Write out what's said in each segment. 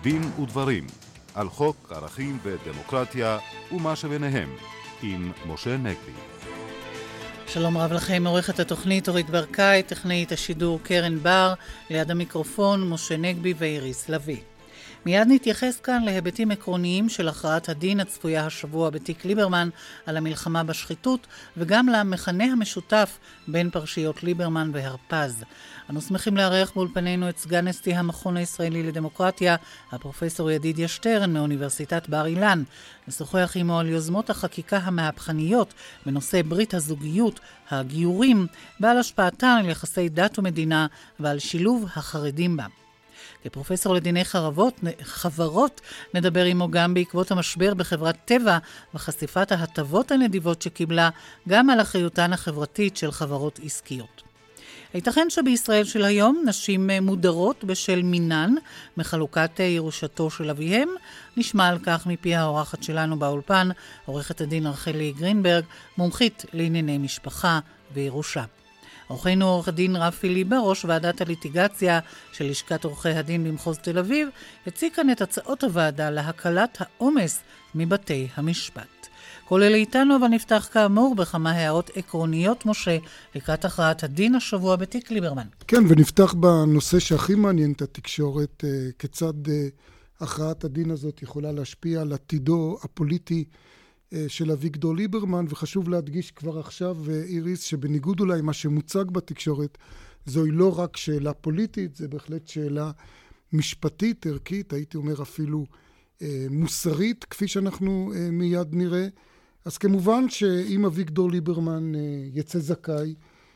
דין ודברים על חוק ערכים ודמוקרטיה ומה שביניהם עם משה נגבי. שלום רב לכם, עורכת התוכנית אורית ברקאי, טכנאית השידור קרן בר, ליד המיקרופון משה נגבי ואיריס לוי. מיד נתייחס כאן להיבטים עקרוניים של הכרעת הדין הצפויה השבוע בתיק ליברמן על המלחמה בשחיתות, וגם למכנה המשותף בין פרשיות ליברמן והרפז. אנו שמחים לארח באולפנינו את סגן נשיא המכון הישראלי לדמוקרטיה, הפרופסור ידידיה שטרן מאוניברסיטת בר אילן. נשוחח עמו על יוזמות החקיקה המהפכניות בנושא ברית הזוגיות, הגיורים, ועל השפעתן על יחסי דת ומדינה ועל שילוב החרדים בה. כפרופסור לדיני חברות נדבר עמו גם בעקבות המשבר בחברת טבע וחשיפת ההטבות הנדיבות שקיבלה, גם על אחריותן החברתית של חברות עסקיות. הייתכן שבישראל של היום נשים מודרות בשל מינן מחלוקת ירושתו של אביהם? נשמע על כך מפי האורחת שלנו באולפן, עורכת הדין רחלי גרינברג, מומחית לענייני משפחה וירושה. עורכנו עורך הדין רפי ליבר, ראש ועדת הליטיגציה של לשכת עורכי הדין במחוז תל אביב, הציג כאן את הצעות הוועדה להקלת העומס מבתי המשפט. כל אלה איתנו, אבל נפתח כאמור בכמה הערות עקרוניות, משה, לקראת הכרעת הדין השבוע בתיק ליברמן. כן, ונפתח בנושא שהכי מעניין את התקשורת, כיצד הכרעת הדין הזאת יכולה להשפיע על עתידו הפוליטי של אביגדור ליברמן, וחשוב להדגיש כבר עכשיו, איריס, שבניגוד אולי מה שמוצג בתקשורת, זוהי לא רק שאלה פוליטית, זה בהחלט שאלה משפטית, ערכית, הייתי אומר אפילו מוסרית, כפי שאנחנו מיד נראה. אז כמובן שאם אביגדור ליברמן יצא זכאי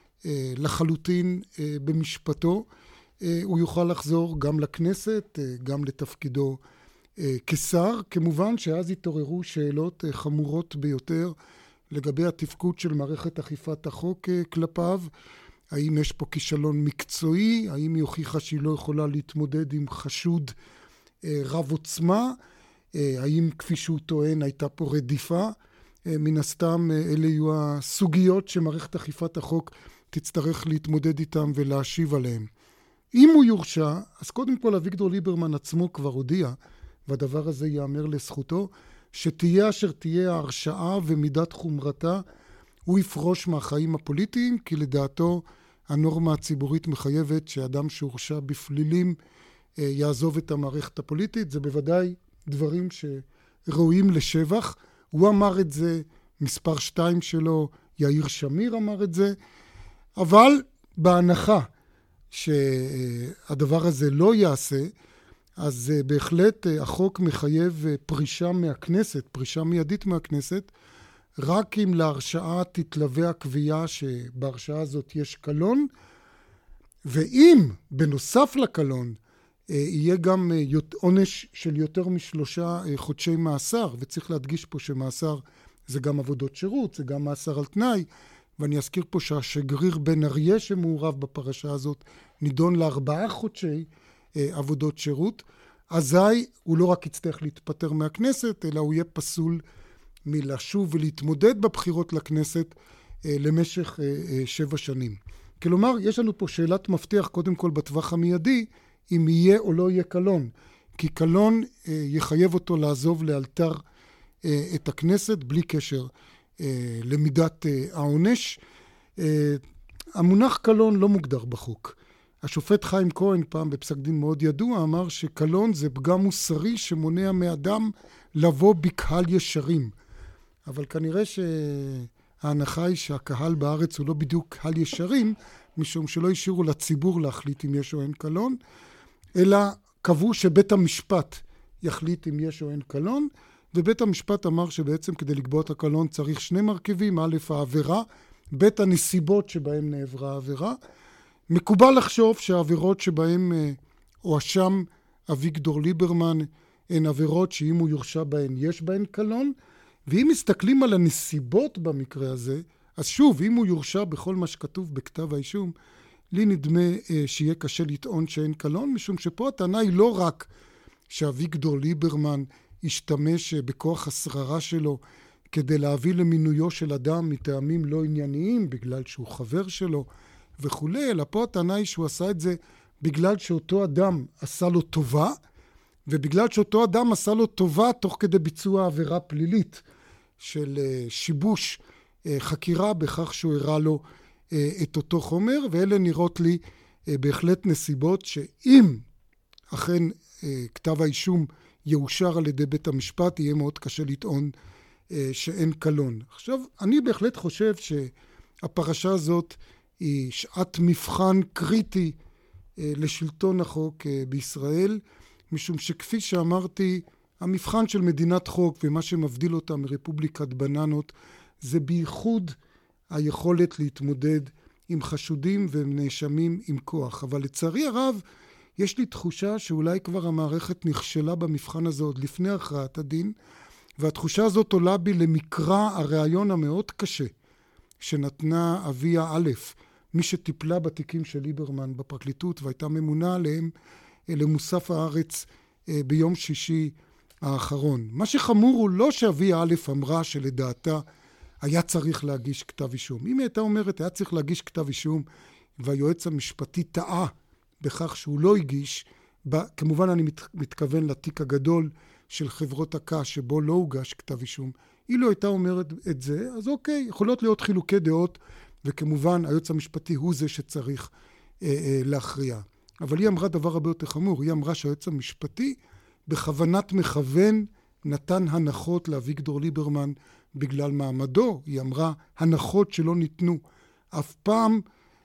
לחלוטין במשפטו, הוא יוכל לחזור גם לכנסת, גם לתפקידו כשר. כמובן שאז התעוררו שאלות חמורות ביותר לגבי התפקוד של מערכת אכיפת החוק כלפיו. האם יש פה כישלון מקצועי? האם היא הוכיחה שהיא לא יכולה להתמודד עם חשוד רב עוצמה? האם כפי שהוא טוען הייתה פה רדיפה? מן הסתם אלה יהיו הסוגיות שמערכת אכיפת החוק תצטרך להתמודד איתם ולהשיב עליהם. אם הוא יורשע, אז קודם כל אביגדור ליברמן עצמו כבר הודיע, והדבר הזה יאמר לזכותו, שתהיה אשר תהיה ההרשעה ומידת חומרתה, הוא יפרוש מהחיים הפוליטיים, כי לדעתו הנורמה הציבורית מחייבת שאדם שהורשע בפלילים יעזוב את המערכת הפוליטית. זה בוודאי דברים שראויים לשבח. הוא אמר את זה, מספר 2 שלו, יאיר שמיר אמר את זה, אבל בהנחה שהדבר הזה לא יעשה, אז בהחלט החוק מחייב פרישה מהכנסת, פרישה מיידית מהכנסת, רק אם להרשעה תתלווה הקביעה שבהרשעה הזאת יש קלון, ואם בנוסף לקלון יהיה גם עונש של יותר מ3 חודשי מאסר, וצריך להדגיש פה שמאסר זה גם עבודות שירות, זה גם מאסר על תנאי, ואני אזכיר פה שהשגריר בן אריה שמעורב בפרשה הזאת נידון ל4 חודשי עבודות שירות, אזי הוא לא רק יצטרך להתפטר מהכנסת, אלא הוא יהיה פסול מלשוב ולהתמודד בבחירות לכנסת למשך 7 שנים. כלומר, יש לנו פה שאלת מפתח קודם כל בטווח המיידי, אם יהיה או לא יהיה קלון, כי קלון יחייב אותו לעזוב לאלתר את הכנסת בלי קשר למידת העונש. המונח קלון לא מוגדר בחוק. השופט חיים כהן פעם בפסק דין מאוד ידוע אמר שקלון זה פגם מוסרי שמונע מאדם לבוא בקהל ישרים. אבל כנראה שההנחה היא שהקהל בארץ הוא לא בדיוק קהל ישרים, משום שלא השאירו לציבור להחליט אם יש או אין קלון, אלא קבעו שבית המשפט יחליט אם יש או אין קלון, ובית המשפט אמר שבעצם כדי לקבוע את הקלון צריך 2 מרכיבים, א', העבירה, ב', הנסיבות שבהם נעברה העבירה. מקובל לחשוב שהעבירות שבהם הואשם אביגדור ליברמן הן עבירות שאם הוא יורשע בהן יש בהן קלון, ואם מסתכלים על הנסיבות במקרה הזה, אז שוב, אם הוא יורשע בכל מה שכתוב בכתב האישום, לי נדמה שיהיה קשה לטעון שאין קלון, משום שפה הטענה היא לא רק שאביגדור ליברמן השתמש בכוח השררה שלו כדי להביא למינויו של אדם מטעמים לא ענייניים, בגלל שהוא חבר שלו וכולי, אלא פה הטענה היא שהוא עשה את זה בגלל שאותו אדם עשה לו טובה, ובגלל שאותו אדם עשה לו טובה תוך כדי ביצוע עבירה פלילית של שיבוש חקירה בכך שהוא הראה לו את אותו חומר, ואלה נראות לי בהחלט נסיבות שאם אכן כתב האישום יאושר על ידי בית המשפט, יהיה מאוד קשה לטעון שאין קלון. עכשיו, אני בהחלט חושב שהפרשה הזאת היא שעת מבחן קריטי לשלטון החוק בישראל, משום שכפי שאמרתי, המבחן של מדינת חוק ומה שמבדיל אותה מרפובליקת בננות, זה בייחוד היכולת להתמודד עם חשודים ונאשמים עם כוח. אבל לצערי הרב, יש לי תחושה שאולי כבר המערכת נכשלה במבחן הזה עוד לפני הכרעת הדין, והתחושה הזאת עולה בי למקרא הרעיון המאוד קשה שנתנה אביה א', מי שטיפלה בתיקים של ליברמן בפרקליטות והייתה ממונה עליהם למוסף הארץ ביום שישי האחרון. מה שחמור הוא לא שאביה א' אמרה שלדעתה היה צריך להגיש כתב אישום. אם היא הייתה אומרת היה צריך להגיש כתב אישום והיועץ המשפטי טעה בכך שהוא לא הגיש, כמובן אני מתכוון לתיק הגדול של חברות הקש שבו לא הוגש כתב אישום, אילו הייתה אומרת את זה, אז אוקיי, יכולות להיות חילוקי דעות, וכמובן היועץ המשפטי הוא זה שצריך להכריע. אבל היא אמרה דבר הרבה יותר חמור, היא אמרה שהיועץ המשפטי בכוונת מכוון נתן הנחות לאביגדור ליברמן בגלל מעמדו, היא אמרה הנחות שלא ניתנו אף פעם,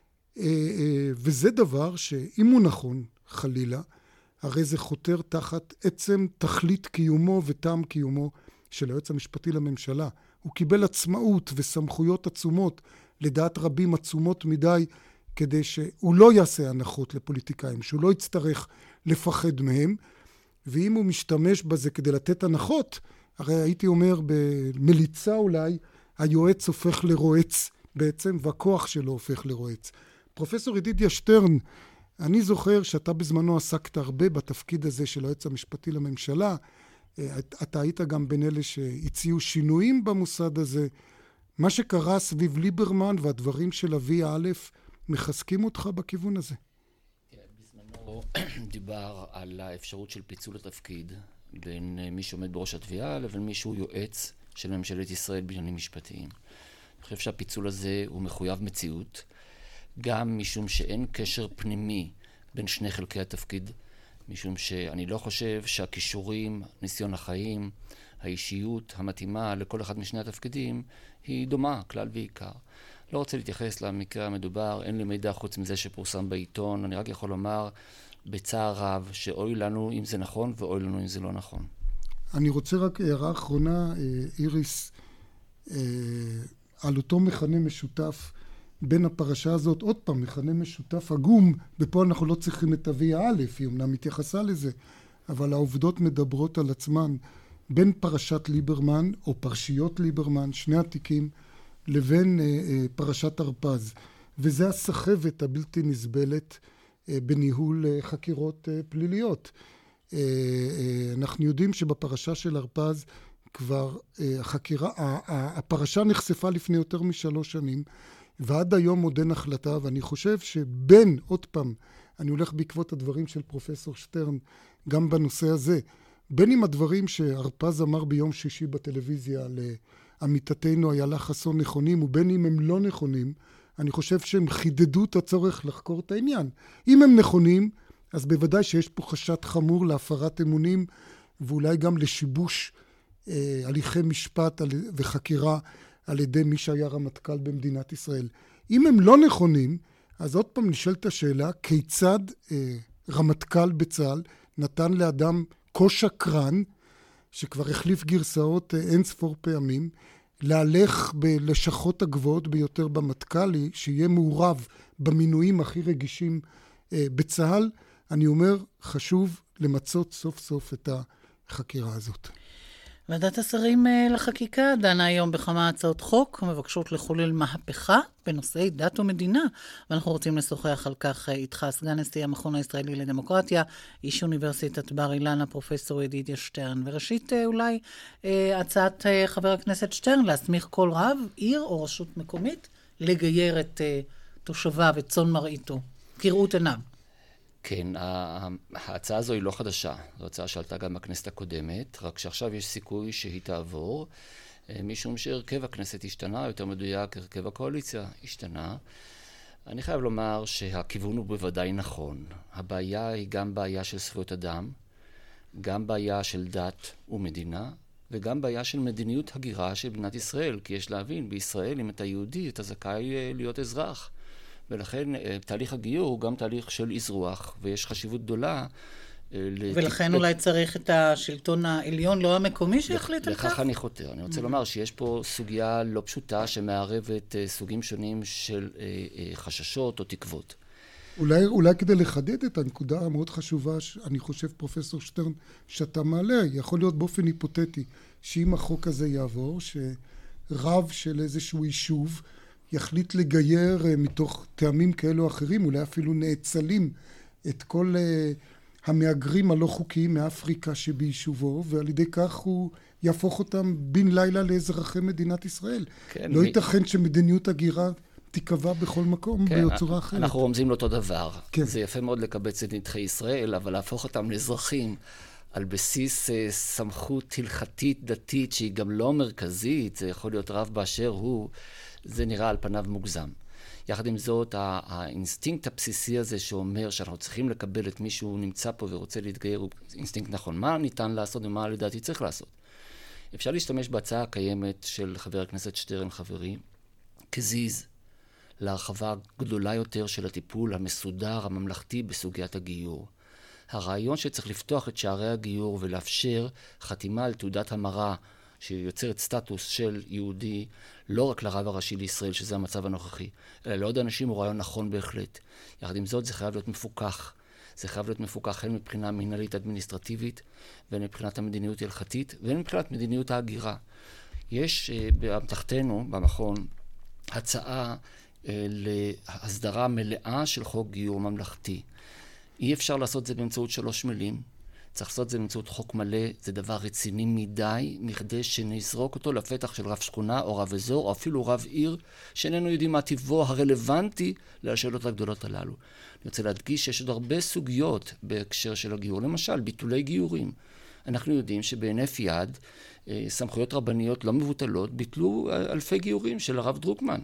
וזה דבר שאם הוא נכון חלילה, הרי זה חותר תחת עצם תכלית קיומו וטעם קיומו של היועץ המשפטי לממשלה. הוא קיבל עצמאות וסמכויות עצומות, לדעת רבים עצומות מדי, כדי שהוא לא יעשה הנחות לפוליטיקאים, שהוא לא יצטרך לפחד מהם, ואם הוא משתמש בזה כדי לתת הנחות, הרי הייתי אומר במליצה אולי, היועץ הופך לרועץ בעצם, והכוח שלו הופך לרועץ. פרופסור ידידיה שטרן, אני זוכר שאתה בזמנו עסקת הרבה בתפקיד הזה של היועץ המשפטי לממשלה, אתה היית גם בין אלה שהציעו שינויים במוסד הזה. מה שקרה סביב ליברמן והדברים של אביה א' מחזקים אותך בכיוון הזה? בזמנו דיבר על האפשרות של פיצול התפקיד בין מי שעומד בראש התביעה לבין מי שהוא יועץ של ממשלת ישראל בעניינים משפטיים. אני חושב שהפיצול הזה הוא מחויב מציאות, גם משום שאין קשר פנימי בין שני חלקי התפקיד, משום שאני לא חושב שהכישורים, ניסיון החיים, האישיות המתאימה לכל אחד משני התפקידים היא דומה, כלל ועיקר. לא רוצה להתייחס למקרה המדובר, אין לי מידע חוץ מזה שפורסם בעיתון, אני רק יכול לומר בצער רב שאוי לנו אם זה נכון ואוי לנו אם זה לא נכון. אני רוצה רק הערה אחרונה, איריס, על אותו מכנה משותף בין הפרשה הזאת, עוד פעם, מכנה משותף עגום, ופה אנחנו לא צריכים את אביה א', היא אמנם מתייחסה לזה, אבל העובדות מדברות על עצמן, בין פרשת ליברמן, או פרשיות ליברמן, שני התיקים, לבין פרשת הרפז. וזה הסחבת הבלתי נסבלת בניהול חקירות פליליות. אנחנו יודעים שבפרשה של הרפז, כבר הפרשה נחשפה לפני יותר מ3 שנים, ועד היום עוד אין החלטה, ואני חושב שבין, עוד פעם, אני הולך בעקבות הדברים של פרופסור שטרן, גם בנושא הזה, בין עם הדברים שהרפז אמר ביום שישי בטלוויזיה לעמיתתנו איילה חסון נכונים, ובין אם הם לא נכונים, אני חושב שהם חידדו את הצורך לחקור את העניין. אם הם נכונים, אז בוודאי שיש פה חשד חמור להפרת אמונים, ואולי גם לשיבוש הליכי משפט וחקירה על ידי מי שהיה רמטכ"ל במדינת ישראל. אם הם לא נכונים, אז עוד פעם נשאלת השאלה, כיצד רמטכ"ל בצה"ל נתן לאדם כה שקרן, שכבר החליף גרסאות אין ספור פעמים, להלך בלשכות הגבוהות ביותר במטכ"לי, שיהיה מעורב במינויים הכי רגישים בצה"ל. אני אומר, חשוב למצות סוף סוף את החקירה הזאת. ועדת השרים לחקיקה דנה היום בכמה הצעות חוק מבקשות לחולל מהפכה בנושאי דת ומדינה, ואנחנו רוצים לשוחח על כך איתך, סגן נשיא המכון הישראלי לדמוקרטיה, איש אוניברסיטת בר אילן, הפרופסור ידידיה שטרן. וראשית אולי הצעת חבר הכנסת שטרן להסמיך כל רב, עיר או רשות מקומית לגייר את תושביו, את צאן מרעיתו, כראות עיניו. כן, ההצעה הזו היא לא חדשה. זו הצעה שעלתה גם בכנסת הקודמת, רק שעכשיו יש סיכוי שהיא תעבור, משום שהרכב הכנסת השתנה, יותר מדויק, הרכב הקואליציה השתנה. אני חייב לומר שהכיוון הוא בוודאי נכון. הבעיה היא גם בעיה של זכויות אדם, גם בעיה של דת ומדינה, וגם בעיה של מדיניות הגירה של מדינת ישראל. כי יש להבין, בישראל אם אתה יהודי, אתה זכאי להיות אזרח. ולכן תהליך הגיור הוא גם תהליך של אזרוח, ויש חשיבות גדולה. ולכן אולי צריך את השלטון העליון, לא המקומי, שיחליט על כך? לכך אני חותר. אני רוצה לומר שיש פה סוגיה לא פשוטה שמערבת סוגים שונים של חששות או תקוות. אולי כדי לחדד את הנקודה המאוד חשובה, אני חושב פרופסור שטרן, שאתה מעלה, יכול להיות באופן היפותטי, שאם החוק הזה יעבור, שרב של איזשהו יישוב יחליט לגייר מתוך טעמים כאלו או אחרים, אולי אפילו נאצלים את כל המהגרים הלא חוקיים מאפריקה שביישובו, ועל ידי כך הוא יהפוך אותם בן לילה לאזרחי מדינת ישראל. כן, לא ייתכן שמדיניות הגירה תיקבע בכל מקום בצורה אחרת. אנחנו רומזים לאותו דבר. כן. זה יפה מאוד לקבץ את נדחי ישראל, אבל להפוך אותם לאזרחים על בסיס סמכות הלכתית דתית שהיא גם לא מרכזית, זה יכול להיות רב באשר הוא, זה נראה על פניו מוגזם. יחד עם זאת, האינסטינקט הבסיסי הזה שאומר שאנחנו צריכים לקבל את מישהו נמצא פה ורוצה להתגייר, הוא אינסטינקט נכון. מה ניתן לעשות ומה לדעתי צריך לעשות? אפשר להשתמש בהצעה הקיימת של חבר הכנסת שטרן חברי, כזיז להרחבה גדולה יותר של הטיפול המסודר, הממלכתי בסוגיית הגיור. הרעיון שצריך לפתוח את שערי הגיור ולאפשר חתימה על תעודת המרה שיוצרת סטטוס של יהודי לא רק לרב הראשי לישראל, שזה המצב הנוכחי, אלא לעוד אנשים הוא רעיון נכון בהחלט. יחד עם זאת זה חייב להיות מפוקח. זה חייב להיות מפוקח הן מבחינה מנהלית אדמיניסטרטיבית, והן מבחינת המדיניות ההלכתית, והן מבחינת מדיניות ההגירה. יש באמתחתנו, במכון, הצעה להסדרה מלאה של חוק גיור ממלכתי. אי אפשר לעשות את זה באמצעות 3 מילים. צריך לעשות את זה באמצעות חוק מלא. זה דבר רציני מדי, מכדי שנזרוק אותו לפתח של רב שכונה או רב אזור, או אפילו רב עיר, שאיננו יודעים מה טיבו הרלוונטי לשאלות הגדולות הללו. אני רוצה להדגיש שיש עוד הרבה סוגיות בהקשר של הגיור. למשל, ביטולי גיורים. אנחנו יודעים שבהינף יד, סמכויות רבניות לא מבוטלות, ביטלו אלפי גיורים של הרב דרוקמן.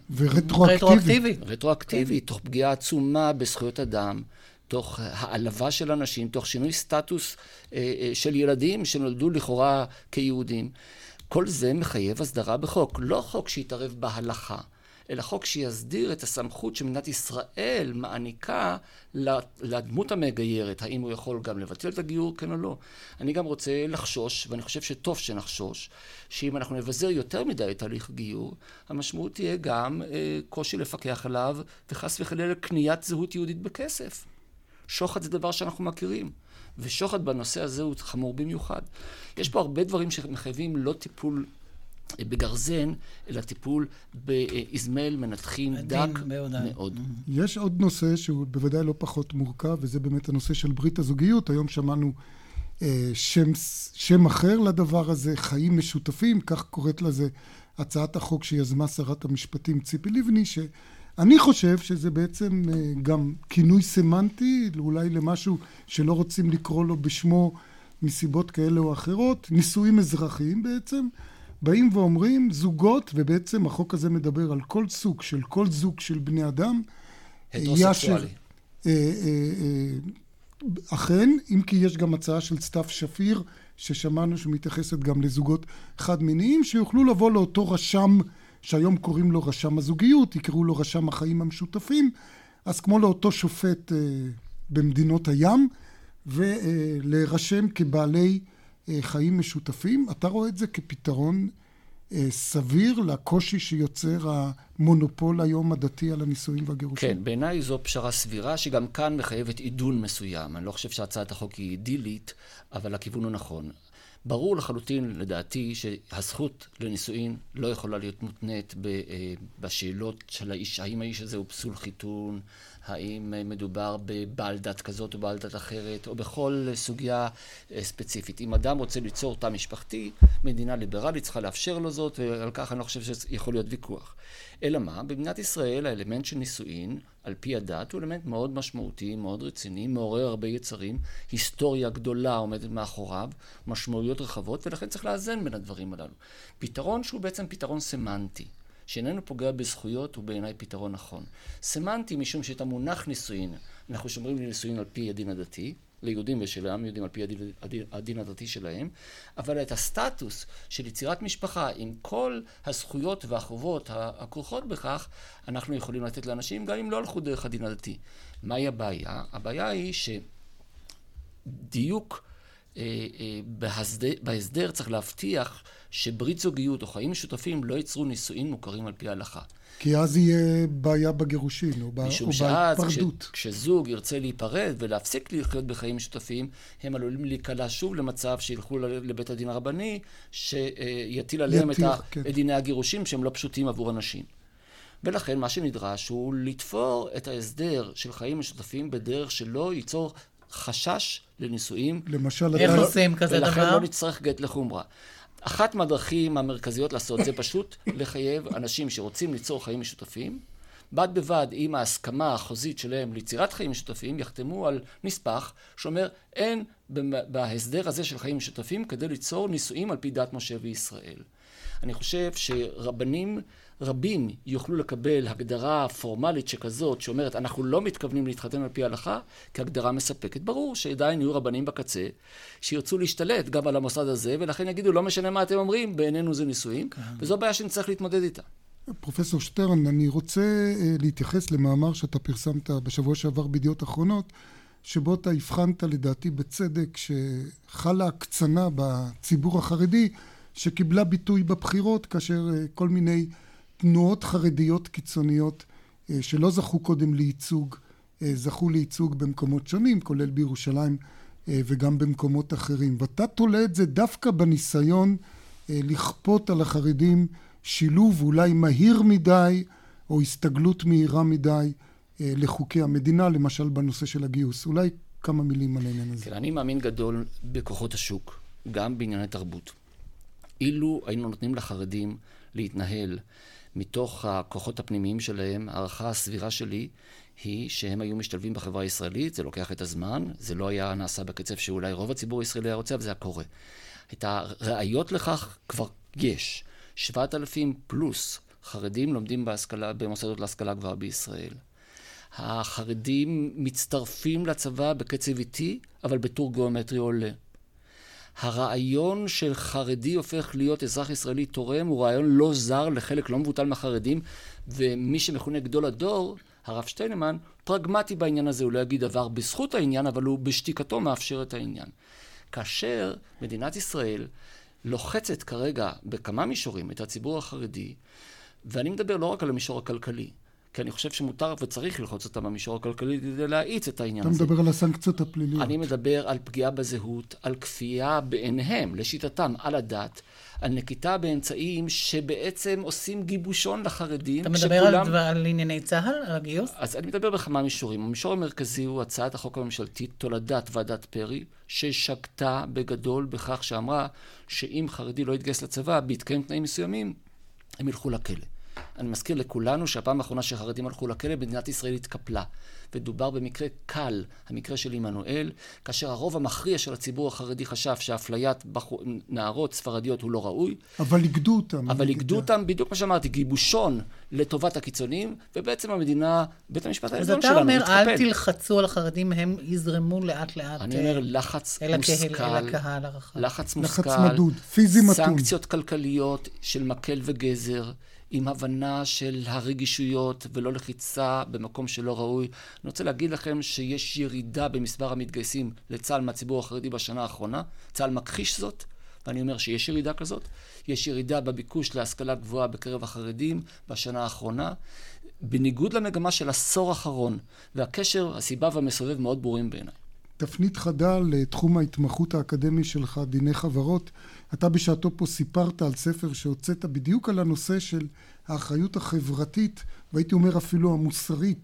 רטרואקטיבי, תוך פגיעה עצומה בזכויות אדם, תוך העלבה של אנשים, תוך שינוי סטטוס של ילדים שנולדו לכאורה כיהודים. כל זה מחייב הסדרה בחוק, לא חוק שיתערב בהלכה, אלא חוק שיסדיר את הסמכות שמדינת ישראל מעניקה לדמות המגיירת, האם הוא יכול גם לבטל את הגיור, כן או לא. אני גם רוצה לחשוש, ואני חושב שטוב שנחשוש, שאם אנחנו נבזר יותר מדי את תהליך הגיור, המשמעות תהיה גם קושי לפקח עליו, וחס וחלילה קניית זהות יהודית בכסף. שוחד זה דבר שאנחנו מכירים, ושוחד בנושא הזה הוא חמור במיוחד. יש פה הרבה דברים שמחייבים לא טיפול בגרזן, אלא טיפול באזמל מנתחים דק מאוד. יש עוד נושא שהוא בוודאי לא פחות מורכב, וזה באמת הנושא של ברית הזוגיות. היום שמענו שם אחר לדבר הזה, חיים משותפים, כך קוראת לזה הצעת החוק שיזמה שרת המשפטים ציפי לבני, שאני חושב שזה בעצם גם כינוי סמנטי, אולי למשהו שלא רוצים לקרוא לו בשמו מסיבות כאלה או אחרות, נישואים אזרחיים בעצם, באים ואומרים זוגות, ובעצם החוק הזה מדבר על כל סוג של כל זוג של בני אדם. הטרוסקסואלי. אכן, אם כי יש גם הצעה של סתיו שפיר, ששמענו שמתייחסת גם לזוגות חד מיניים, שיוכלו לבוא לאותו רשם, שהיום קוראים לו רשם הזוגיות, יקראו לו רשם החיים המשותפים, אז כמו לאותו שופט במדינות הים, ולהירשם כבעלי חיים משותפים. אתה רואה את זה כפתרון סביר לקושי שיוצר המונופול היום הדתי על הנישואים והגירושים? כן, בעיניי זו פשרה סבירה שגם כאן מחייבת עידון מסוים. אני לא חושב שהצעת החוק היא אידילית, אבל הכיוון הוא נכון. ברור לחלוטין לדעתי שהזכות לנישואין לא יכולה להיות מותנית בשאלות של האיש, האם האיש הזה הוא פסול חיתון, האם מדובר בבעל דת כזאת או בעל דת אחרת, או בכל סוגיה ספציפית. אם אדם רוצה ליצור תא משפחתי, מדינה ליברלית צריכה לאפשר לו זאת, ועל כך אני לא חושב שיכול להיות ויכוח. אלא מה? במדינת ישראל האלמנט של נישואין, על פי הדת, הוא אלמנט מאוד משמעותי, מאוד רציני, מעורר הרבה יצרים, היסטוריה גדולה עומדת מאחוריו, משמעויות רחבות, ולכן צריך לאזן בין הדברים הללו. פתרון שהוא בעצם פתרון סמנטי, שאיננו פוגע בזכויות, הוא בעיניי פתרון נכון. סמנטי משום שאת המונח נישואין, אנחנו שומרים לנישואין על פי הדין הדתי, ליהודים ושלהם, יהודים על פי הדין הדתי שלהם, אבל את הסטטוס של יצירת משפחה עם כל הזכויות והחובות הכרוכות בכך, אנחנו יכולים לתת לאנשים גם אם לא הלכו דרך הדין הדתי. מהי הבעיה? הבעיה היא שדיוק בהסדר צריך להבטיח שברית זוגיות או חיים משותפים לא ייצרו נישואין מוכרים על פי ההלכה. כי אז יהיה בעיה בגירושין או בפרדות. כשזוג ירצה להיפרד ולהפסיק לחיות בחיים משותפים, הם עלולים להיקלע שוב למצב שילכו לבית הדין הרבני, שיטיל עליהם את דיני הגירושים שהם לא פשוטים עבור אנשים. ולכן מה שנדרש הוא לתפור את ההסדר של חיים משותפים בדרך שלא ייצור חשש לנישואים. למשל, איך עושים כזה דבר? ולכן לא נצטרך גט לחומרה. אחת מהדרכים המרכזיות לעשות זה פשוט לחייב אנשים שרוצים ליצור חיים משותפים, בד בבד עם ההסכמה החוזית שלהם ליצירת חיים משותפים, יחתמו על נספח שאומר אין בהסדר הזה של חיים משותפים כדי ליצור נישואים על פי דת משה וישראל. אני חושב שרבנים רבים יוכלו לקבל הגדרה פורמלית שכזאת, שאומרת אנחנו לא מתכוונים להתחתן על פי ההלכה, כהגדרה מספקת. ברור שעדיין יהיו רבנים בקצה, שירצו להשתלט גם על המוסד הזה, ולכן יגידו לא משנה מה אתם אומרים, בעינינו זה נישואים, וזו בעיה שנצטרך להתמודד איתה. פרופסור שטרן, אני רוצה להתייחס למאמר שאתה פרסמת בשבוע שעבר בידיעות אחרונות, שבו אתה הבחנת לדעתי בצדק שחלה הקצנה בציבור החרדי, שקיבלה ביטוי בבחירות, כאשר כל מיני תנועות חרדיות קיצוניות שלא זכו קודם לייצוג, זכו לייצוג במקומות שונים, כולל בירושלים וגם במקומות אחרים. ואתה תולה את זה דווקא בניסיון לכפות על החרדים שילוב אולי מהיר מדי או הסתגלות מהירה מדי לחוקי המדינה, למשל בנושא של הגיוס. אולי כמה מילים על העניין הזה. כן, אני מאמין גדול בכוחות השוק, גם בענייני תרבות. אילו היינו נותנים לחרדים להתנהל מתוך הכוחות הפנימיים שלהם, הערכה הסבירה שלי היא שהם היו משתלבים בחברה הישראלית, זה לוקח את הזמן, זה לא היה נעשה בקצב שאולי רוב הציבור הישראלי היה רוצה, אבל זה היה קורה. את הראיות לכך כבר יש. 7,000 פלוס חרדים לומדים במוסדות להשכלה גבוהה בישראל. החרדים מצטרפים לצבא בקצב איטי, אבל בטור גיאומטרי עולה. הרעיון של חרדי הופך להיות אזרח ישראלי תורם הוא רעיון לא זר לחלק לא מבוטל מהחרדים, ומי שמכונה גדול הדור, הרב שטיינמן, פרגמטי בעניין הזה, הוא לא יגיד דבר בזכות העניין, אבל הוא בשתיקתו מאפשר את העניין. כאשר מדינת ישראל לוחצת כרגע בכמה מישורים את הציבור החרדי, ואני מדבר לא רק על המישור הכלכלי, כי אני חושב שמותר וצריך ללחוץ אותם במישור הכלכלי כדי להאיץ את העניין הזה. אתה מדבר על הסנקציות הפליליות. אני מדבר על פגיעה בזהות, על כפייה בעיניהם, לשיטתם, על הדת, על נקיטה באמצעים שבעצם עושים גיבושון לחרדים. אתה מדבר על ענייני צה"ל, על הגיוס? אז אני מדבר בכמה מישורים. המישור המרכזי הוא הצעת החוק הממשלתית, תולדת ועדת פרי, ששגתה בגדול בכך שאמרה שאם חרדי לא יתגייס לצבא, בהתקיים תנאים מסוימים, הם ילכו לכלא. אני מזכיר לכולנו שהפעם האחרונה שחרדים הלכו לכלא, מדינת ישראל התקפלה. ודובר במקרה קל, המקרה של עמנואל, כאשר הרוב המכריע של הציבור החרדי חשב שאפליית נערות ספרדיות הוא לא ראוי. אבל הגדו אותם. אבל הגדו אותם, בדיוק מה שאמרתי, גיבושון לטובת הקיצונים, ובעצם המדינה, בית המשפט העליון שלנו, מתקפל. אז אתה אומר, אל תלחצו על החרדים, הם יזרמו לאט לאט. אני אומר, לחץ מושכל, לחץ מדוד, פיזי מתון. סנקציות כלכליות של מקל וגזר, עם הבנה של הרגישויות ולא לחיצה במקום שלא ראוי. אני רוצה להגיד לכם שיש ירידה במספר המתגייסים לצה"ל מהציבור החרדי בשנה האחרונה. צה"ל מכחיש זאת, ואני אומר שיש ירידה כזאת. יש ירידה בביקוש להשכלה גבוהה בקרב החרדים בשנה האחרונה, בניגוד למגמה של עשור האחרון, והקשר, הסיבה והמסובב מאוד ברורים בעיניי. תפנית חדה לתחום ההתמחות האקדמי שלך, דיני חברות. אתה בשעתו פה סיפרת על ספר שהוצאת בדיוק על הנושא של האחריות החברתית, והייתי אומר אפילו המוסרית,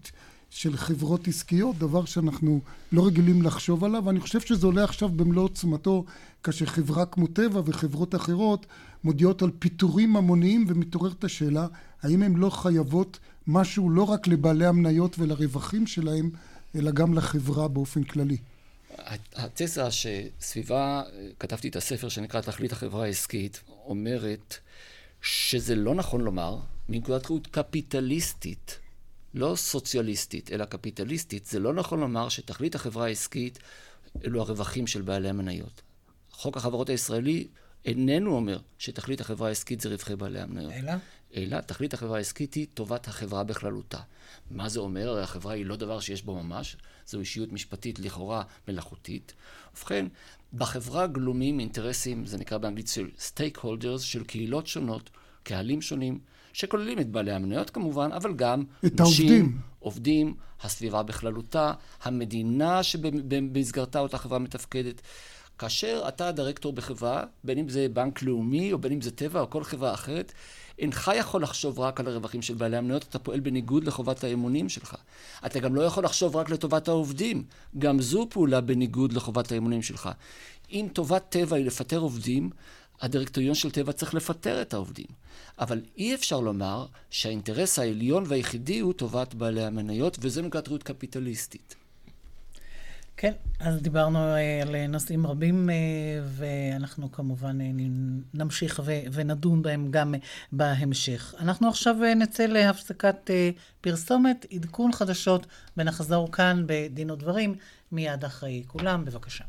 של חברות עסקיות, דבר שאנחנו לא רגילים לחשוב עליו, ואני חושב שזה עולה עכשיו במלוא עוצמתו, כאשר חברה כמו טבע וחברות אחרות מודיעות על פיטורים המוניים, ומתעוררת השאלה, האם הן לא חייבות משהו לא רק לבעלי המניות ולרווחים שלהם, אלא גם לחברה באופן כללי. התזה שסביבה, כתבתי את הספר שנקרא תכלית החברה העסקית, אומרת שזה לא נכון לומר, מנקודת ראות קפיטליסטית, לא סוציאליסטית, אלא קפיטליסטית, זה לא נכון לומר שתכלית החברה העסקית אלו הרווחים של בעלי המניות. חוק החברות הישראלי איננו אומר שתכלית החברה העסקית זה רווחי בעלי המניות. אלא תכלית החברה העסקית היא טובת החברה בכללותה. מה זה אומר? הרי החברה היא לא דבר שיש בו ממש, זו אישיות משפטית לכאורה מלאכותית. ובכן, בחברה גלומים אינטרסים, זה נקרא באנגלית של stakeholders, של קהילות שונות, קהלים שונים, שכוללים את בעלי המניות כמובן, אבל גם נשים, עובדים, הסביבה בכללותה, המדינה שבמסגרתה אותה חברה מתפקדת. כאשר אתה דירקטור בחברה, בין אם זה בנק לאומי או בין אם זה טבע או כל חברה אחרת, אינך יכול לחשוב רק על הרווחים של בעלי המניות, אתה פועל בניגוד לחובת האמונים שלך. אתה גם לא יכול לחשוב רק לטובת העובדים, גם זו פעולה בניגוד לחובת האמונים שלך. אם טובת טבע היא לפטר עובדים, הדירקטוריון של טבע צריך לפטר את העובדים. אבל אי אפשר לומר שהאינטרס העליון והיחידי הוא טובת בעלי המניות, וזה נקראת ראות קפיטליסטית. כן, אז דיברנו על נושאים רבים, ואנחנו כמובן נמשיך ונדון בהם גם בהמשך. אנחנו עכשיו נצא להפסקת פרסומת, עדכון חדשות, ונחזור כאן בדין ודברים מיד אחרי כולם. בבקשה.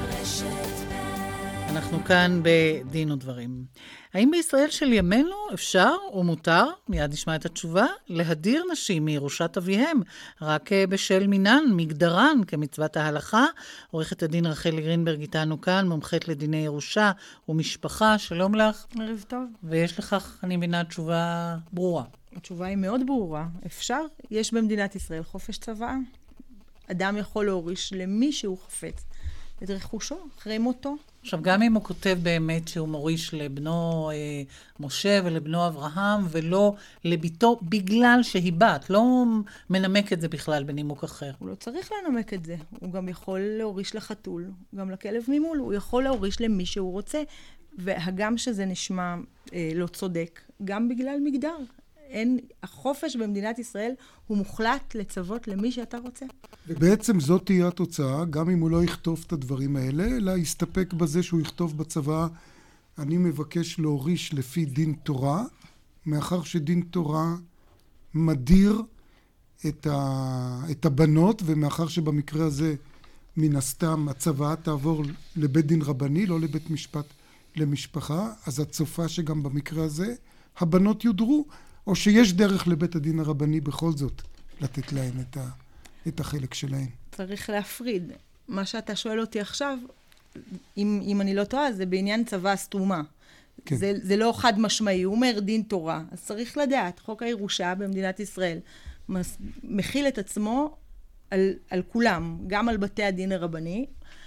אנחנו כאן בדין ודברים. האם בישראל של ימינו אפשר או מותר, מיד נשמע את התשובה, להדיר נשים מירושת אביהם, רק בשל מינן, מגדרן, כמצוות ההלכה? עורכת הדין רחל גרינברג איתנו כאן, מומחית לדיני ירושה ומשפחה. שלום לך. ערב טוב. ויש לכך, אני מבינה, תשובה ברורה. התשובה היא מאוד ברורה. אפשר, יש במדינת ישראל חופש צוואה. אדם יכול להוריש למי שהוא חפץ את רכושו אחרי מותו. עכשיו, גם אם הוא כותב באמת שהוא מוריש לבנו משה ולבנו אברהם, ולא לביתו בגלל שהיא בת, לא מנמק את זה בכלל בנימוק אחר. הוא לא צריך לנמק את זה. הוא גם יכול להוריש לחתול, גם לכלב ממול. הוא יכול להוריש למי שהוא רוצה, והגם שזה נשמע לא צודק, גם בגלל מגדר. החופש במדינת ישראל הוא מוחלט לצוות למי שאתה רוצה. ובעצם זאת תהיה התוצאה, גם אם הוא לא יכתוב את הדברים האלה, אלא יסתפק בזה שהוא יכתוב בצבא, אני מבקש להוריש לפי דין תורה, מאחר שדין תורה מדיר את הבנות, ומאחר שבמקרה הזה מן הסתם הצוואה תעבור לבית דין רבני, לא לבית משפט למשפחה, אז הצופה שגם במקרה הזה הבנות יודרו, או שיש דרך לבית הדין הרבני בכל זאת לתת להם את החלק שלהם. צריך להפריד. מה שאתה שואל אותי עכשיו, אם אני לא טועה, זה בעניין צבא סתומה. כן. זה לא חד משמעי, הוא אומר דין תורה. אז צריך לדעת, חוק הירושה במדינת ישראל מכיל את עצמו על כולם, גם על בתי הדין הרבני,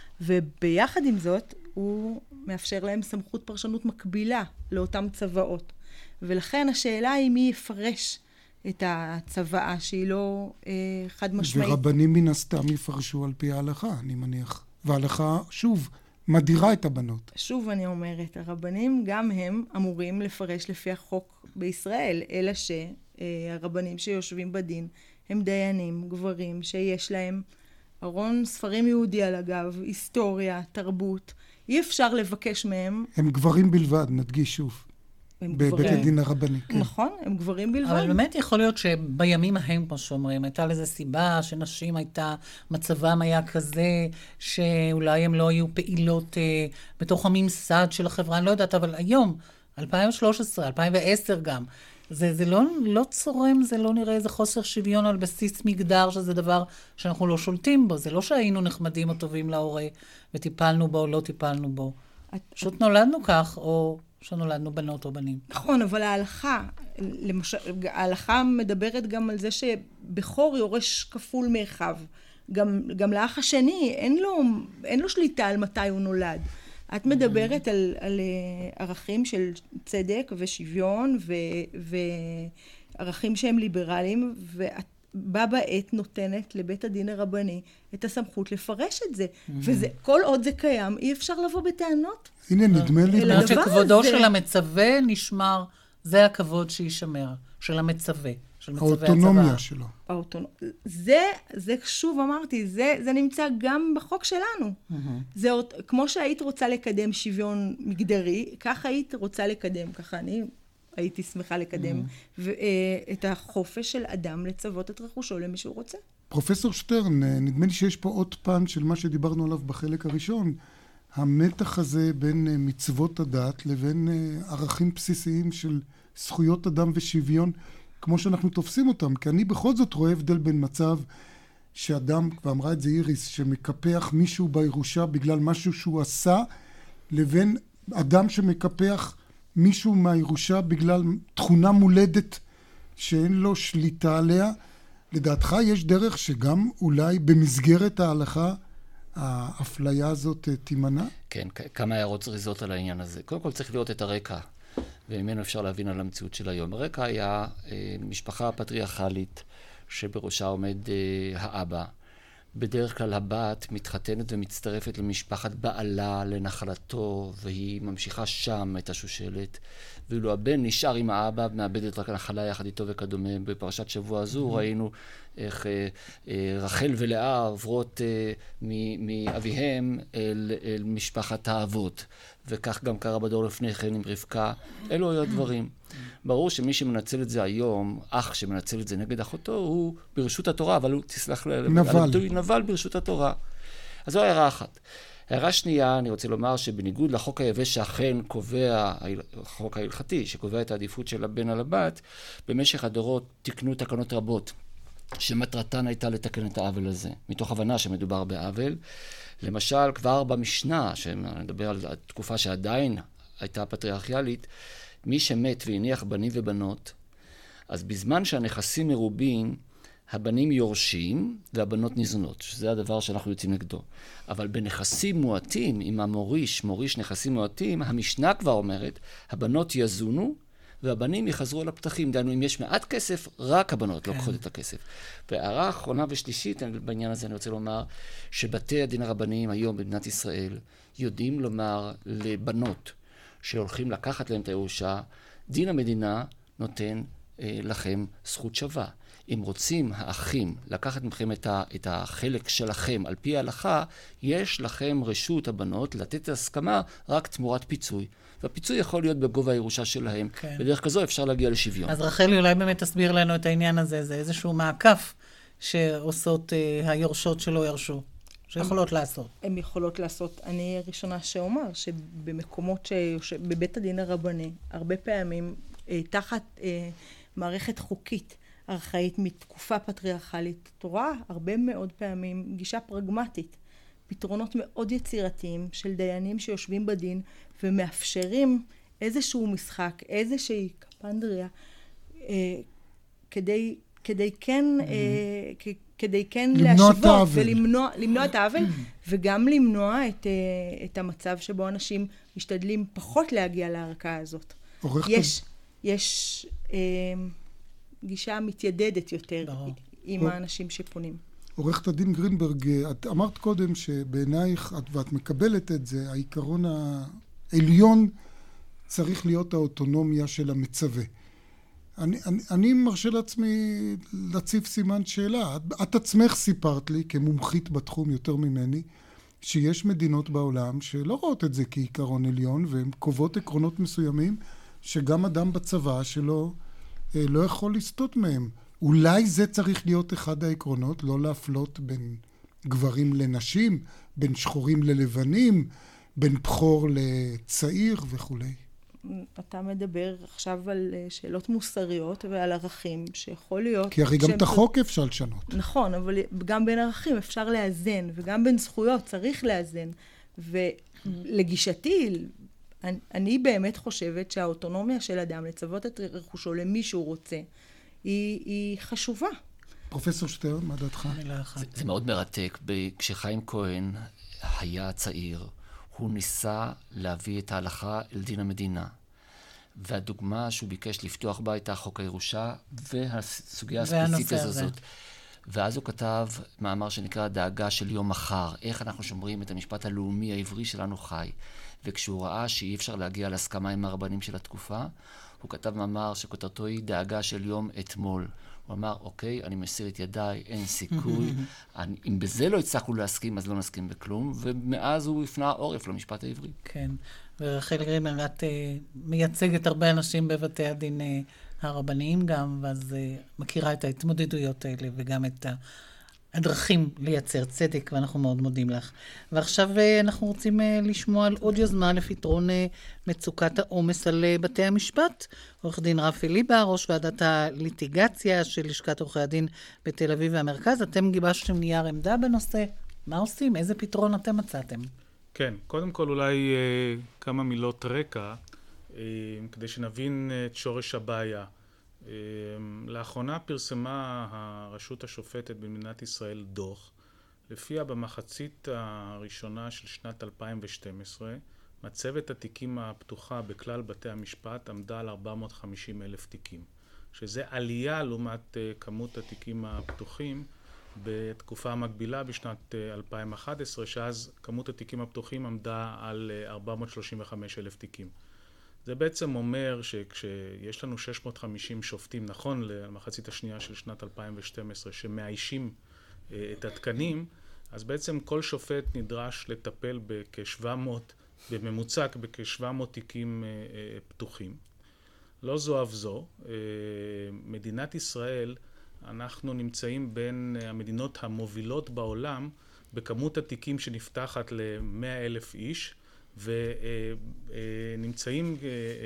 וביחד עם זאת הוא מאפשר להם סמכות פרשנות מקבילה לאותם צבאות. ולכן השאלה היא מי יפרש את הצוואה שהיא לא חד משמעית. ורבנים מן הסתם יפרשו על פי ההלכה, אני מניח. וההלכה, שוב, מדירה את הבנות. שוב אני אומרת, הרבנים גם הם אמורים לפרש לפי החוק בישראל, אלא שהרבנים שיושבים בדין הם דיינים, גברים, שיש להם ארון ספרים יהודי על הגב, היסטוריה, תרבות. אי אפשר לבקש מהם. הם גברים בלבד, נדגיש שוב. בבית הדין הרבני. כן. נכון, הם גברים בלבד. אבל באמת יכול להיות שבימים ההם, כמו שאומרים, הייתה לזה סיבה שנשים מצבם היה כזה, שאולי הם לא היו פעילות בתוך הממסד של החברה, אני לא יודעת, אבל היום, 2013, 2010 גם, זה לא צורם, זה לא נראה איזה חוסר שוויון על בסיס מגדר, שזה דבר שאנחנו לא שולטים בו. זה לא שהיינו נחמדים או טובים להורה, וטיפלנו בו או לא טיפלנו בו. פשוט נולדנו כך, או שנולדנו בנות או בנים. נכון, אבל ההלכה, למשל, ההלכה מדברת גם על זה שבכור יורש כפול מאחיו. גם לאח השני, אין לו שליטה על מתי הוא נולד. את מדברת על ערכים של צדק ושוויון וערכים שהם ליברליים, בה בעת נותנת לבית הדין הרבני את הסמכות לפרש את זה. וזה, כל עוד זה קיים, אי אפשר לבוא בטענות. הנה, נדמה לי... אלא שכבודו של המצווה נשמר, זה הכבוד שישמר, של המצווה, של מצווה הצבא. האוטונומיה שלו. זה שוב אמרתי, זה נמצא גם בחוק שלנו. זה כמו שהיית רוצה לקדם שוויון מגדרי, ככה היית רוצה לקדם, ככה אני הייתי שמחה לקדם, את החופש של אדם לצוות את רכושו למי שהוא רוצה. פרופסור שטרן, נדמה לי שיש פה עוד פן של מה שדיברנו עליו בחלק הראשון, המתח הזה בין מצוות הדת לבין ערכים בסיסיים של זכויות אדם ושוויון, כמו שאנחנו תופסים אותם, כי אני בכל זאת רואה הבדל בין מצב שאדם, ואמרה את זה איריס, שמקפח מישהו בירושה בגלל משהו שהוא עשה, לבין אדם שמקפח מישהו מהירושה בגלל תכונה מולדת שאין לו שליטה עליה. לדעתך יש דרך שגם אולי במסגרת ההלכה האפליה הזאת תימנע? כן, כמה הערות זריזות על העניין הזה. קודם כל צריך לראות את הרקע, וממנו אפשר להבין על המציאות של היום. הרקע היה משפחה פטריארכלית שבראשה עומד האבא. בדרך כלל הבת מתחתנת ומצטרפת למשפחת בעלה, לנחלתו, והיא ממשיכה שם את השושלת. ואילו הבן נשאר עם האבא, מאבדת רק הנחלה יחד איתו וכדומה. בפרשת שבוע הזו ראינו איך רחל ולאה עוברות מאביהם אל משפחת האבות. וכך גם קרה בדור לפני כן עם רבקה. אלו היו הדברים. ברור שמי שמנצל את זה היום, אח שמנצל את זה נגד אחותו, הוא ברשות התורה, אבל הוא, תסלח לי, נבל ברשות התורה. אז זו הערה אחת. הערה שנייה, אני רוצה לומר שבניגוד לחוק היבש שאכן קובע, החוק ההלכתי, שקובע את העדיפות של הבן על הבת, במשך הדורות תקנו תקנות רבות, שמטרתן הייתה לתקן את העוול הזה, מתוך הבנה שמדובר בעוול. למשל, כבר במשנה, שנדבר על התקופה שעדיין הייתה פטריארכיאלית, מי שמת והניח בנים ובנות, אז בזמן שהנכסים מרובים, הבנים יורשים והבנות ניזונות, שזה הדבר שאנחנו יוצאים נגדו. אבל בנכסים מועטים, אם המוריש נכסים מועטים, המשנה כבר אומרת, הבנות יזונו והבנים יחזרו על הפתחים. דהיינו, אם יש מעט כסף, רק הבנות לוקחות את הכסף. והערה אחרונה ושלישית בעניין הזה אני רוצה לומר, שבתי הדין הרבניים היום במדינת ישראל יודעים לומר לבנות שהולכים לקחת להם את הירושה, דין המדינה נותן לכם זכות שווה. אם רוצים האחים לקחת מכם את החלק שלכם על פי ההלכה, יש לכם רשות הבנות לתת הסכמה רק תמורת פיצוי. והפיצוי יכול להיות בגובה הירושה שלהם. כן. בדרך כזו אפשר להגיע לשוויון. אז רחלי, אולי באמת תסביר לנו את העניין הזה. זה איזשהו מעקף שעושות היורשות שלא ירשו. שיכולות לעשות. הן יכולות לעשות. אני הראשונה שאומר שבמקומות בבית הדין הרבני, הרבה פעמים תחת מערכת חוקית ארכאית מתקופה פטריארכלית, תורה הרבה מאוד פעמים גישה פרגמטית, פתרונות מאוד יצירתיים של דיינים שיושבים בדין ומאפשרים איזשהו משחק, איזושהי קפנדריה, כדי כן להשוות ולמנוע את העוול, וגם למנוע את המצב שבו אנשים משתדלים פחות להגיע לערכאה הזאת. יש גישה מתיידדת יותר עם האנשים שפונים. עורכת הדין גרינברג, את אמרת קודם שבעינייך, ואת מקבלת את זה, העיקרון העליון צריך להיות האוטונומיה של המצווה. אני מרשה לעצמי להציב סימן שאלה. את עצמך סיפרת לי, כמומחית בתחום יותר ממני, שיש מדינות בעולם שלא רואות את זה כעיקרון עליון, והן קובעות עקרונות מסוימים שגם אדם בצבא שלו לא יכול לסטות מהם. אולי זה צריך להיות אחד העקרונות, לא להפלות בין גברים לנשים, בין שחורים ללבנים, בין בכור לצעיר וכו'. אתה מדבר עכשיו על שאלות מוסריות ועל ערכים שיכול להיות... כי הרי גם את החוק אפשר לשנות. נכון, אבל גם בין ערכים אפשר לאזן, וגם בין זכויות צריך לאזן. ולגישתי, אני באמת חושבת שהאוטונומיה של אדם לצוות את רכושו למי שהוא רוצה, היא חשובה. פרופסור שטרן, מה דעתך? זה מאוד מרתק. כשחיים כהן היה צעיר, הוא ניסה להביא את ההלכה אל דין המדינה. והדוגמה שהוא ביקש לפתוח בה הייתה חוק הירושה, והסוגיה הספציפית הזאת. ואז הוא כתב מאמר שנקרא דאגה של יום מחר, איך אנחנו שומרים את המשפט הלאומי העברי שלנו חי. וכשהוא ראה שאי אפשר להגיע להסכמה עם הרבנים של התקופה, הוא כתב מאמר שכותרתו היא דאגה של יום אתמול. הוא אמר, אוקיי, אני מסיר את ידיי, אין סיכוי. אם בזה לא הצלחנו להסכים, אז לא נסכים בכלום. ומאז הוא הפנה עורף למשפט העברי. כן, ורחל גרימר, את מייצגת הרבה אנשים בבתי הדין הרבניים גם, ואז מכירה את ההתמודדויות האלה וגם את הדרכים לייצר צדק, ואנחנו מאוד מודים לך. ועכשיו אנחנו רוצים לשמוע על עוד יוזמה לפתרון מצוקת העומס על בתי המשפט. עורך דין רפי ליבה, ראש ועדת הליטיגציה של לשכת עורכי הדין בתל אביב והמרכז. אתם גיבשתם נייר עמדה בנושא. מה עושים? איזה פתרון אתם מצאתם? כן, קודם כל אולי כמה מילות רקע, כדי שנבין את שורש הבעיה. לאחרונה פרסמה הרשות השופטת במדינת ישראל דוח, לפיה במחצית הראשונה של שנת 2012, מצבת התיקים הפתוחה בכלל בתי המשפט עמדה על 450,000 תיקים, שזה עלייה לעומת כמות התיקים הפתוחים בתקופה המקבילה בשנת 2011, שאז כמות התיקים הפתוחים עמדה על 435,000 תיקים. זה בעצם אומר שכשיש לנו 650 שופטים, נכון למחצית השנייה של שנת 2012, שמאיישים את התקנים, אז בעצם כל שופט נדרש לטפל בממוצע בכ-700 תיקים פתוחים. לא זו אף זו, מדינת ישראל, אנחנו נמצאים בין המדינות המובילות בעולם בכמות התיקים שנפתחת ל-100,000 איש, ונמצאים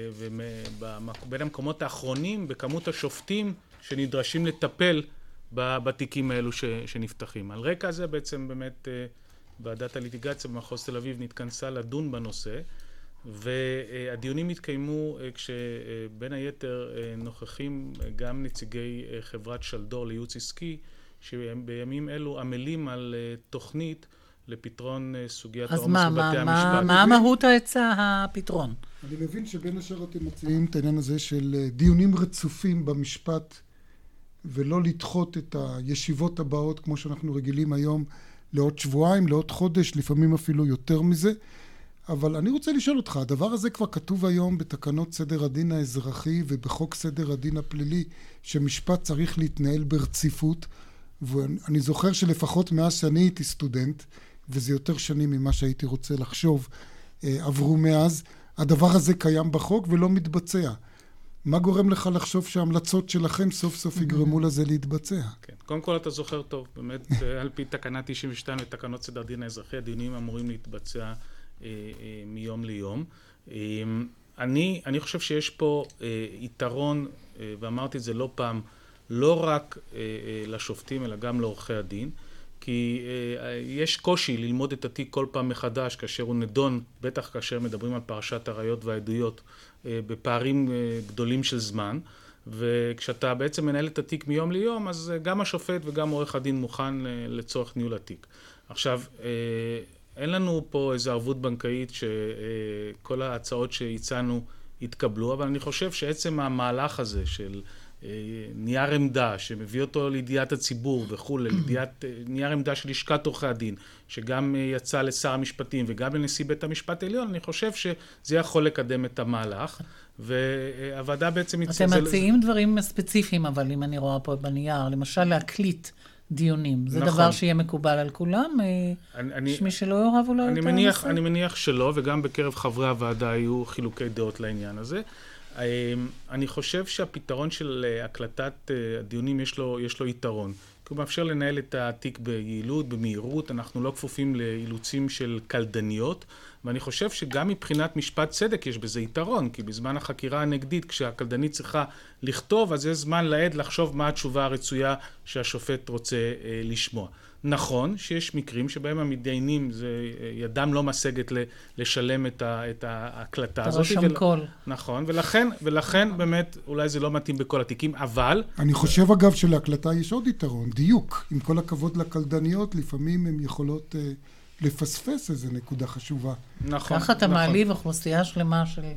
בין המקומות האחרונים בכמות השופטים שנדרשים לטפל בתיקים האלו שנפתחים. על רקע הזה בעצם באמת ועדת הליטיגציה במחוז תל אביב נתכנסה לדון בנושא, והדיונים התקיימו כשבין היתר נוכחים גם נציגי חברת שלדור לייעוץ עסקי, שבימים אלו עמלים על תוכנית לפתרון סוגיית העומס בבתי המשפט. אז מה מהות ההצעה הפתרון? אני מבין שבין השאר אתם מציעים את העניין הזה של דיונים רצופים במשפט, ולא לדחות את הישיבות הבאות כמו שאנחנו רגילים היום לעוד שבועיים, לעוד חודש, לפעמים אפילו יותר מזה. אבל אני רוצה לשאול אותך, הדבר הזה כבר כתוב היום בתקנות סדר הדין האזרחי ובחוק סדר הדין הפלילי, שמשפט צריך להתנהל ברציפות, ואני זוכר שלפחות מאז שאני הייתי סטודנט, וזה יותר שנים ממה שהייתי רוצה לחשוב, עברו מאז, הדבר הזה קיים בחוק ולא מתבצע. מה גורם לך לחשוב שההמלצות שלכם סוף סוף יגרמו לזה להתבצע? כן, קודם כל אתה זוכר טוב, באמת על פי תקנה 92 לתקנות סדר הדין האזרחי, הדיונים אמורים להתבצע מיום ליום. אני חושב שיש פה יתרון, ואמרתי את זה לא פעם, לא רק לשופטים אלא גם לעורכי הדין, כי יש קושי ללמוד את התיק כל פעם מחדש כאשר הוא נדון, בטח כאשר מדברים על פרשת הראיות והעדויות, בפערים גדולים של זמן, וכשאתה בעצם מנהל את התיק מיום ליום, אז גם השופט וגם עורך הדין מוכן לצורך ניהול התיק. עכשיו, אין לנו פה איזו ערבות בנקאית שכל ההצעות שהצענו יתקבלו, אבל אני חושב שעצם המהלך הזה של נייר עמדה שמביא אותו לידיעת הציבור וכו', נייר עמדה של לשכת עורכי הדין, שגם יצא לשר המשפטים וגם לנשיא בית המשפט העליון, אני חושב שזה יכול לקדם את המהלך, והוועדה בעצם אתם מציעים דברים ספציפיים, אבל אם אני רואה פה בנייר, למשל להקליט דיונים, זה דבר שיהיה מקובל על כולם? יש מי שלא יאהב אולי יותר נושא? אני מניח שלא, וגם בקרב חברי הוועדה היו חילוקי דעות לעניין הזה. אני חושב שהפתרון של הקלטת הדיונים יש לו יתרון. כי הוא מאפשר לנהל את התיק ביעילות, במהירות, אנחנו לא כפופים לאילוצים של קלדניות, ואני חושב שגם מבחינת משפט צדק יש בזה יתרון, כי בזמן החקירה הנגדית, כשהקלדנית צריכה לכתוב, אז יש זמן לעד לחשוב מה התשובה הרצויה שהשופט רוצה לשמוע. נכון שיש מקרים שבהם המתדיינים, ידם לא משגת לשלם את ההקלטה הזאת. רשם קול. נכון, ולכן באמת אולי זה לא מתאים בכל התיקים, אבל... אני חושב אגב שלהקלטה יש עוד יתרון, דיוק. עם כל הכבוד לקלדניות, לפעמים הן יכולות לפספס איזו נקודה חשובה. נכון. ככה אתה מעליב אוכלוסייה שלמה של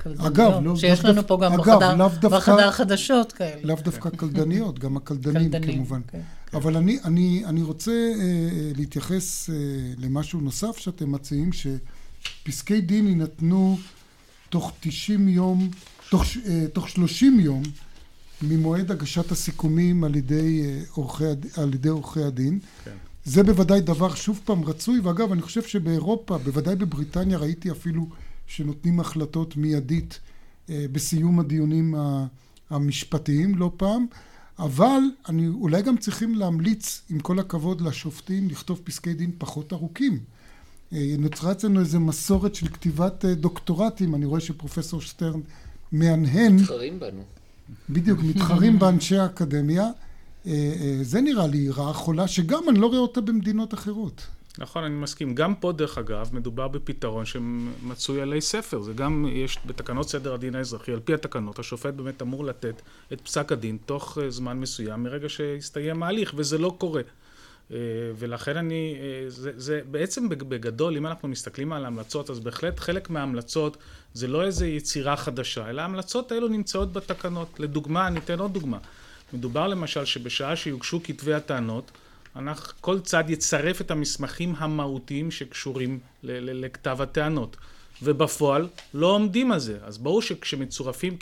אגב, לא, שיש לנו פה גם בחדר חדשות כאלה. לאו דווקא קלדניות, גם הקלדנים כמובן. אבל אני רוצה להתייחס למשהו נוסף שאתם מציעים, שפסקי דין יינתנו תוך 90 יום, תוך 30 יום, ממועד הגשת הסיכומים על ידי עורכי הדין. כן. זה בוודאי דבר שוב פעם רצוי, ואגב, אני חושב שבאירופה, בוודאי בבריטניה, ראיתי אפילו שנותנים החלטות מיידית בסיום הדיונים המשפטיים, לא פעם, אבל אולי גם צריכים להמליץ, עם כל הכבוד לשופטים, לכתוב פסקי דין פחות ארוכים. נוצרה אצלנו איזו מסורת של כתיבת דוקטורטים, אני רואה שפרופסור שטרן מהנהן. מתחרים בנו. בדיוק, מתחרים באנשי האקדמיה. זה נראה לי רעה חולה, שגם אני לא רואה אותה במדינות אחרות. נכון, אני מסכים. גם פה, דרך אגב, מדובר בפתרון שמצוי עלי ספר. זה גם יש בתקנות סדר הדין האזרחי, על פי התקנות, השופט באמת אמור לתת את פסק הדין תוך זמן מסוים, מרגע שהסתיים ההליך, וזה לא קורה. ולכן זה בעצם בגדול, אם אנחנו מסתכלים על ההמלצות, אז בהחלט חלק מההמלצות זה לא איזו יצירה חדשה, אלא ההמלצות האלו נמצאות בתקנות. לדוגמה, אני אתן עוד דוגמה. מדובר למשל שבשעה שיוגשו כתבי הטענות, כל צד יצרף את המסמכים המהותיים שקשורים לכתב הטענות. ובפועל לא עומדים על זה. אז ברור שכשמצורפים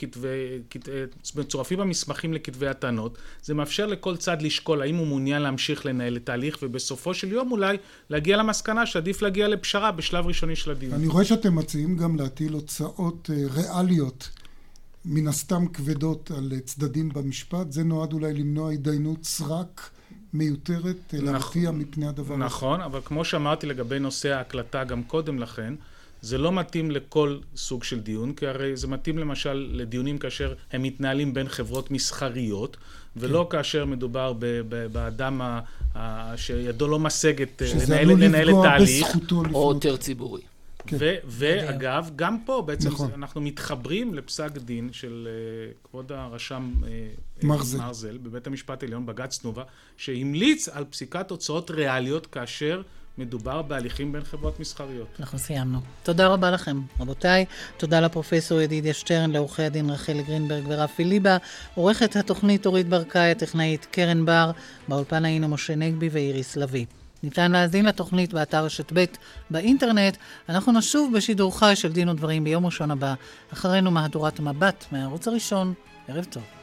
המסמכים לכתבי הטענות, זה מאפשר לכל צד לשקול האם הוא מעוניין להמשיך לנהל את ההליך, ובסופו של יום אולי להגיע למסקנה שעדיף להגיע לפשרה בשלב ראשוני של הדיון. אני רואה שאתם מציעים גם להטיל הוצאות ריאליות, מן הסתם כבדות על צדדים במשפט. זה נועד אולי למנוע התדיינות סרק מיותרת, להרתיע מפני הדבר. נכון, אבל כמו שאמרתי לגבי נושא ההקלטה גם קודם לכן, זה לא מתאים לכל סוג של דיון, כי הרי זה מתאים למשל לדיונים כאשר הם מתנהלים בין חברות מסחריות, ולא כאשר מדובר באדם שידו לא משגת לנהל את ההליך. או יותר ציבורי. ואגב, גם פה בעצם אנחנו מתחברים לפסק דין של כבוד הרשם מרזל בבית המשפט העליון, בג"ץ תנובה, שהמליץ על פסיקת הוצאות ריאליות כאשר מדובר בהליכים בין חברות מסחריות. אנחנו סיימנו. תודה רבה לכם, רבותיי. תודה לפרופסור ידידיה שטרן, לעורכי הדין רחל גרינברג ורפי ליבה, עורכת התוכנית אורית ברקאי, הטכנאית קרן בר, באולפן היינו משה נגבי ואיריס לוי. ניתן להאזין לתוכנית באתר רשת ב' באינטרנט. אנחנו נשוב בשידור חי של דין ודברים ביום ראשון הבא. אחרינו מהדורת המבט מהערוץ הראשון. ערב טוב.